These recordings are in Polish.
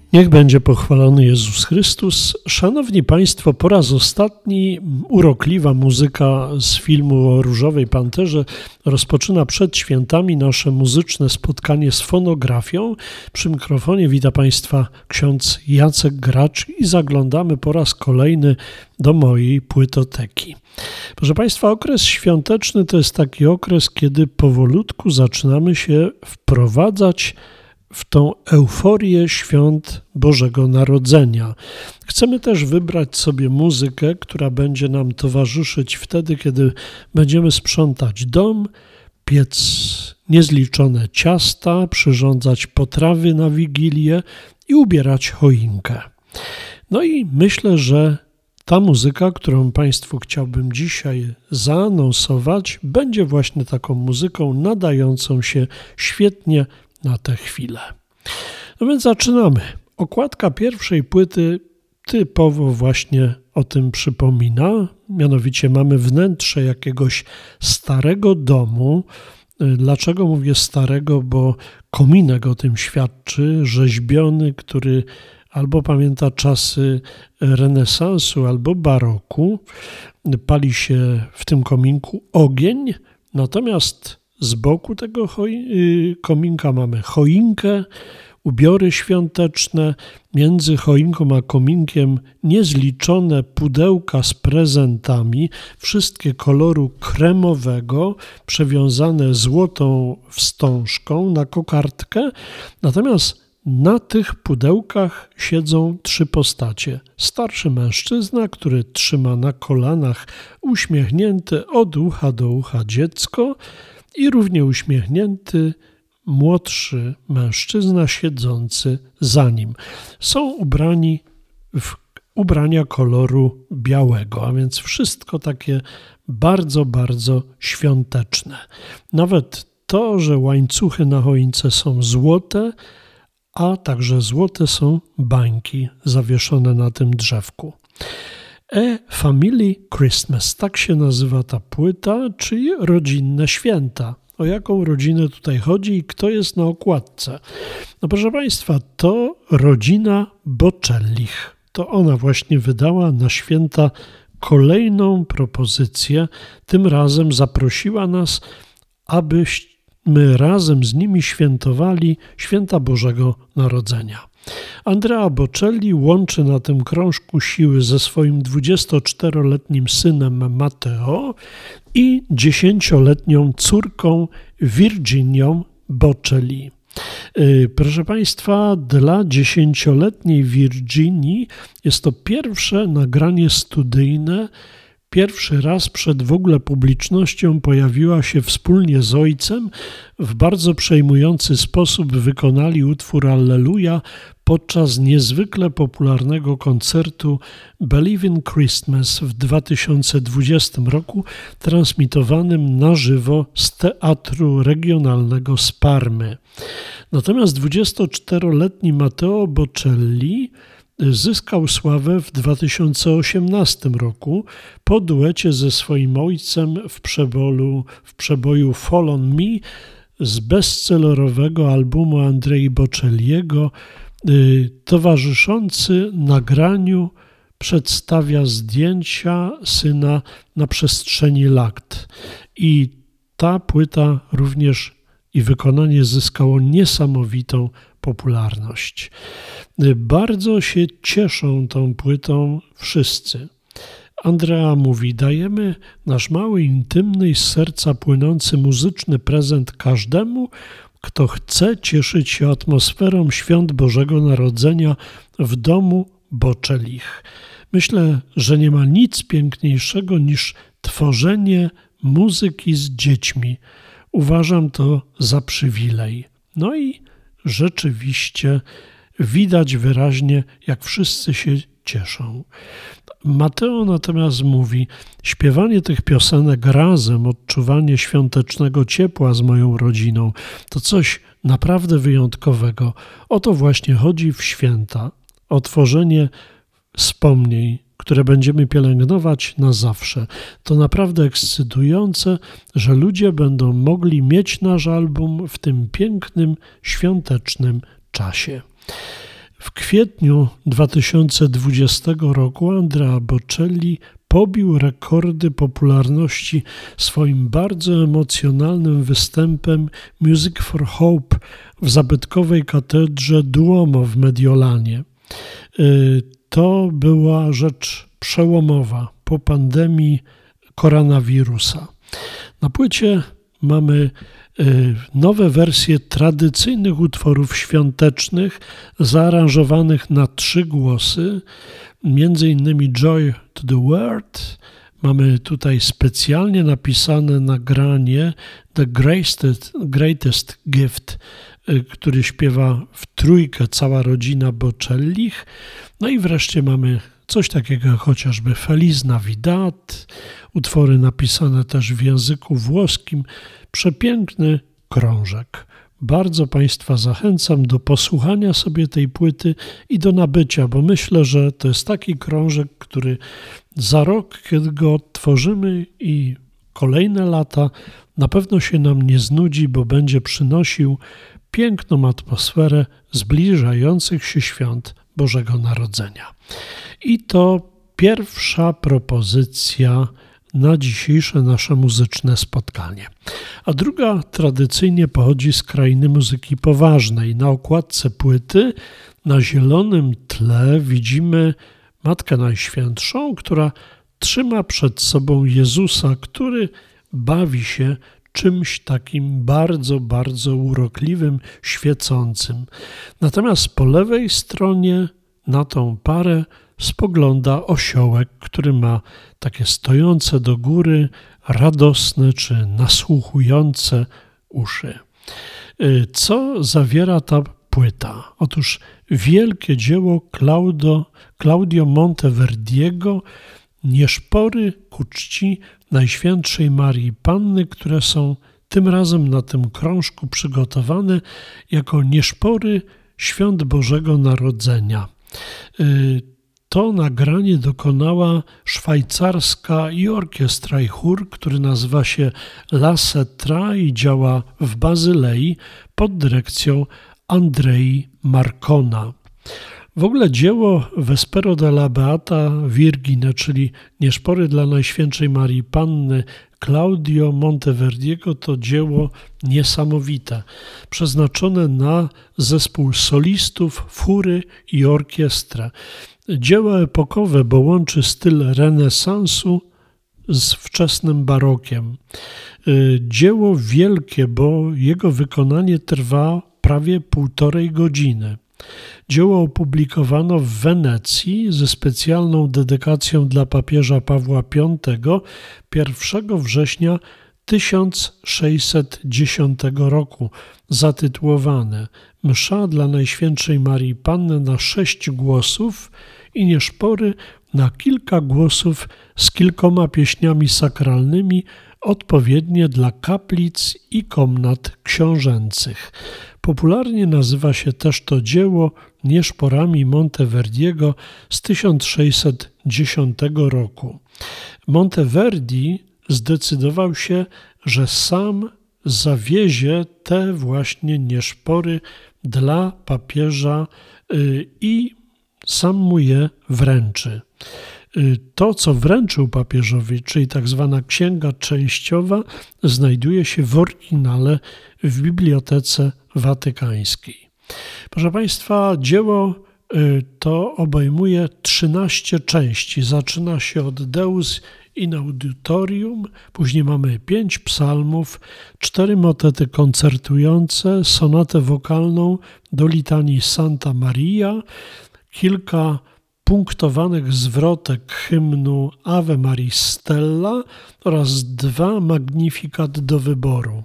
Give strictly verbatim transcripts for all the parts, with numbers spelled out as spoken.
Niech będzie pochwalony Jezus Chrystus. Szanowni Państwo, po raz ostatni urokliwa muzyka z filmu o Różowej Panterze rozpoczyna przed świętami nasze muzyczne spotkanie z fonografią. Przy mikrofonie wita Państwa ksiądz Jacek Gracz i zaglądamy po raz kolejny do mojej płytoteki. Proszę Państwa, okres świąteczny to jest taki okres, kiedy powolutku zaczynamy się wprowadzać w tą euforię świąt Bożego Narodzenia. Chcemy też wybrać sobie muzykę, która będzie nam towarzyszyć wtedy, kiedy będziemy sprzątać dom, piec niezliczone ciasta, przyrządzać potrawy na Wigilię i ubierać choinkę. No i myślę, że ta muzyka, którą Państwu chciałbym dzisiaj zaanonsować, będzie właśnie taką muzyką nadającą się świetnie na tę chwilę. No więc zaczynamy. Okładka pierwszej płyty typowo właśnie o tym przypomina. Mianowicie mamy wnętrze jakiegoś starego domu. Dlaczego mówię starego? Bo kominek o tym świadczy, rzeźbiony, który albo pamięta czasy renesansu, albo baroku. Pali się w tym kominku ogień, natomiast z boku tego choi- kominka mamy choinkę, ubiory świąteczne, między choinką a kominkiem niezliczone pudełka z prezentami, wszystkie koloru kremowego, przewiązane złotą wstążką na kokardkę, natomiast na tych pudełkach siedzą trzy postacie. Starszy mężczyzna, który trzyma na kolanach uśmiechnięte od ucha do ucha dziecko, i równie uśmiechnięty młodszy mężczyzna siedzący za nim. Są ubrani w ubrania koloru białego, a więc wszystko takie bardzo, bardzo świąteczne. Nawet to, że łańcuchy na choince są złote, a także złote są bańki zawieszone na tym drzewku. A Family Christmas, tak się nazywa ta płyta, czyli rodzinne święta. O jaką rodzinę tutaj chodzi i kto jest na okładce? No proszę Państwa, to rodzina Bocellich. To ona właśnie wydała na święta kolejną propozycję. Tym razem zaprosiła nas, abyśmy razem z nimi świętowali święta Bożego Narodzenia. Andrea Bocelli łączy na tym krążku siły ze swoim dwudziestoczteroletnim synem Matteo i dziesięcioletnią córką Virginią Bocelli. Proszę Państwa, dla dziesięcioletniej Virginii jest to pierwsze nagranie studyjne. Pierwszy raz przed w ogóle publicznością pojawiła się wspólnie z ojcem. W bardzo przejmujący sposób wykonali utwór Alleluja podczas niezwykle popularnego koncertu Believe in Christmas w dwa tysiące dwudziestym roku, transmitowanym na żywo z Teatru Regionalnego z Parmy. Natomiast dwudziestoczteroletni Matteo Bocelli zyskał sławę w dwa tysiące osiemnastym roku po duecie ze swoim ojcem w przebolu, w przeboju Fall on Me z bestsellerowego albumu Andrei Bocelliego. Towarzyszący nagraniu przedstawia zdjęcia syna na przestrzeni lat. I ta płyta również i wykonanie zyskało niesamowitą popularność. Bardzo się cieszą tą płytą wszyscy. Andrea mówi, dajemy nasz mały, intymny i z serca płynący muzyczny prezent każdemu, kto chce cieszyć się atmosferą świąt Bożego Narodzenia w domu Bocellich. Myślę, że nie ma nic piękniejszego niż tworzenie muzyki z dziećmi. Uważam to za przywilej. No i rzeczywiście widać wyraźnie, jak wszyscy się cieszą. Mateo natomiast mówi, śpiewanie tych piosenek razem, odczuwanie świątecznego ciepła z moją rodziną, to coś naprawdę wyjątkowego. O to właśnie chodzi w święta, o tworzenie wspomnień, które będziemy pielęgnować na zawsze. To naprawdę ekscytujące, że ludzie będą mogli mieć nasz album w tym pięknym, świątecznym czasie. W kwietniu dwa tysiące dwudziestego roku Andrea Bocelli pobił rekordy popularności swoim bardzo emocjonalnym występem Music for Hope w zabytkowej katedrze Duomo w Mediolanie. To była rzecz przełomowa po pandemii koronawirusa. Na płycie mamy nowe wersje tradycyjnych utworów świątecznych zaaranżowanych na trzy głosy, między innymi Joy to the World. Mamy tutaj specjalnie napisane nagranie The Greatest, Greatest Gift, który śpiewa w trójkę cała rodzina Bocellich. No i wreszcie mamy coś takiego jak chociażby Feliz Navidad, utwory napisane też w języku włoskim, przepiękny krążek. Bardzo Państwa zachęcam do posłuchania sobie tej płyty i do nabycia, bo myślę, że to jest taki krążek, który za rok, kiedy go odtworzymy i kolejne lata, na pewno się nam nie znudzi, bo będzie przynosił piękną atmosferę zbliżających się świąt Bożego Narodzenia. I to pierwsza propozycja na dzisiejsze nasze muzyczne spotkanie. A druga tradycyjnie pochodzi z krainy muzyki poważnej. Na okładce płyty na zielonym tle widzimy Matkę Najświętszą, która trzyma przed sobą Jezusa, który bawi się czymś takim bardzo, bardzo urokliwym, świecącym. Natomiast po lewej stronie na tą parę spogląda osiołek, który ma takie stojące do góry, radosne czy nasłuchujące uszy. Co zawiera ta płyta? Otóż wielkie dzieło Claudio, Claudio Monteverdiego, Nieszpory ku czci Najświętszej Marii Panny, które są tym razem na tym krążku przygotowane jako nieszpory świąt Bożego Narodzenia. To nagranie dokonała szwajcarska i orkiestra i chór, który nazywa się La Setra i działa w Bazylei pod dyrekcją Andrei Marcona. W ogóle dzieło Vespero della Beata Virgine, czyli Nieszpory dla Najświętszej Marii Panny Claudio Monteverdiego, to dzieło niesamowite, przeznaczone na zespół solistów, chóry i orkiestrę. Dzieło epokowe, bo łączy styl renesansu z wczesnym barokiem. Dzieło wielkie, bo jego wykonanie trwa prawie półtorej godziny. Dzieło opublikowano w Wenecji ze specjalną dedykacją dla papieża Pawła Piątego pierwszego września tysiąc sześćset dziesiątego roku, zatytułowane Msza dla Najświętszej Marii Panny na sześć głosów i nieszpory na kilka głosów z kilkoma pieśniami sakralnymi, odpowiednie dla kaplic i komnat książęcych. Popularnie nazywa się też to dzieło Nieszporami Monteverdiego z tysiąc sześćset dziesiątego roku. Monteverdi zdecydował się, że sam zawiezie te właśnie nieszpory dla papieża i sam mu je wręczy. To, co wręczył papieżowi, czyli tak zwana księga częściowa, znajduje się w oryginale w Bibliotece Watykańskiej. Proszę Państwa, dzieło to obejmuje trzynaście części. Zaczyna się od Deus in Auditorium, później mamy pięć psalmów, cztery motety koncertujące, sonatę wokalną do litanii Santa Maria, kilka punktowanych zwrotek hymnu Ave Maris Stella oraz dwa Magnificat do wyboru.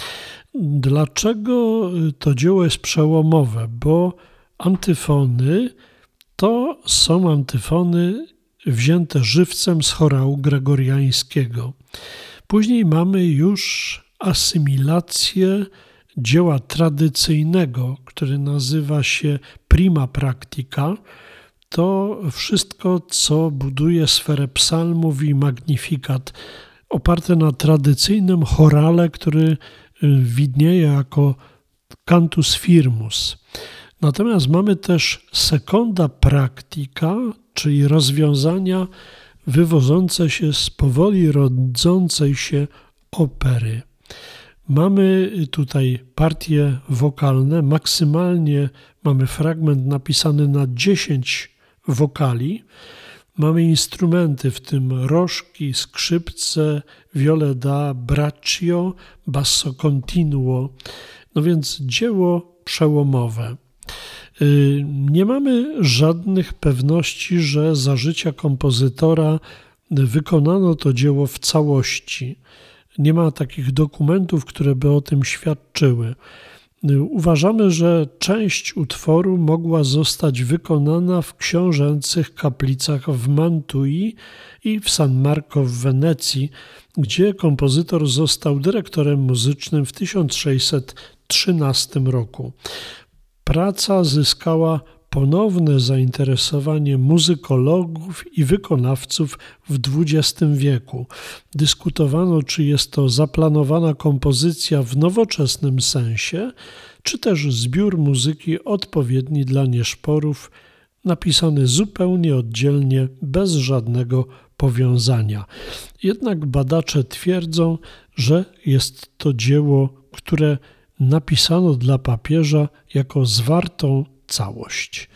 Dlaczego to dzieło jest przełomowe? Bo antyfony to są antyfony wzięte żywcem z chorału gregoriańskiego. Później mamy już asymilację dzieła tradycyjnego, który nazywa się Prima Practica. To wszystko, co buduje sferę psalmów i magnifikat, oparte na tradycyjnym chorale, który widnieje jako cantus firmus. Natomiast mamy też seconda practica, czyli rozwiązania wywodzące się z powoli rodzącej się opery. Mamy tutaj partie wokalne, maksymalnie mamy fragment napisany na dziesięć wokali. Mamy instrumenty, w tym rożki, skrzypce, viole da braccio, basso continuo. No więc dzieło przełomowe. Nie mamy żadnych pewności, że za życia kompozytora wykonano to dzieło w całości. Nie ma takich dokumentów, które by o tym świadczyły. Uważamy, że część utworu mogła zostać wykonana w książęcych kaplicach w Mantui i w San Marco w Wenecji, gdzie kompozytor został dyrektorem muzycznym w tysiąc sześćset trzynastym roku. Praca zyskała ponowne zainteresowanie muzykologów i wykonawców w dwudziestym wieku. Dyskutowano, czy jest to zaplanowana kompozycja w nowoczesnym sensie, czy też zbiór muzyki odpowiedni dla nieszporów, napisany zupełnie oddzielnie, bez żadnego powiązania. Jednak badacze twierdzą, że jest to dzieło, które napisano dla papieża jako zwartą całość.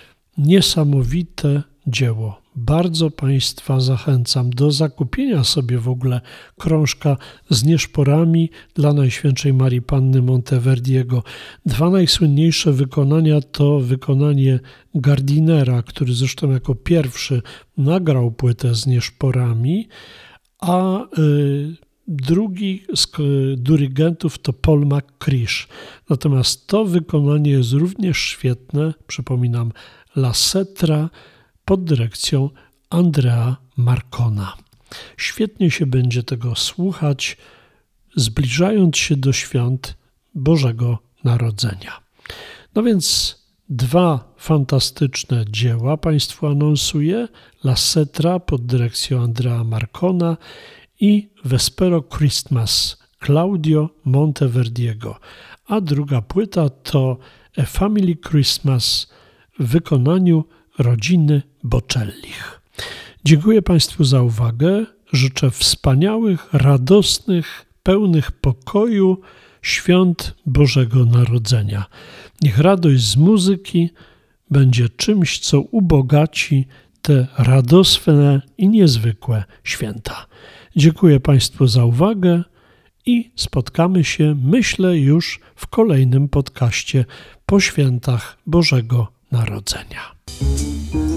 Niesamowite dzieło. Bardzo Państwa zachęcam do zakupienia sobie w ogóle krążka z nieszporami dla Najświętszej Marii Panny Monteverdiego. Dwa najsłynniejsze wykonania to wykonanie Gardinera, który zresztą jako pierwszy nagrał płytę z nieszporami, a yy, drugi z dyrygentów to Paul McCrish. Natomiast to wykonanie jest również świetne, przypominam, La Cetra pod dyrekcją Andrea Marcona. Świetnie się będzie tego słuchać, zbliżając się do świąt Bożego Narodzenia. No więc dwa fantastyczne dzieła Państwu anonsuję. La Cetra pod dyrekcją Andrea Marcona i Vespero Christmas Claudio Monteverdiego, a druga płyta to A Family Christmas w wykonaniu rodziny Bocellich. Dziękuję Państwu za uwagę. Życzę wspaniałych, radosnych, pełnych pokoju świąt Bożego Narodzenia. Niech radość z muzyki będzie czymś, co ubogaci te radosne i niezwykłe święta. Dziękuję Państwu za uwagę i spotkamy się, myślę, już w kolejnym podcaście po świętach Bożego Narodzenia.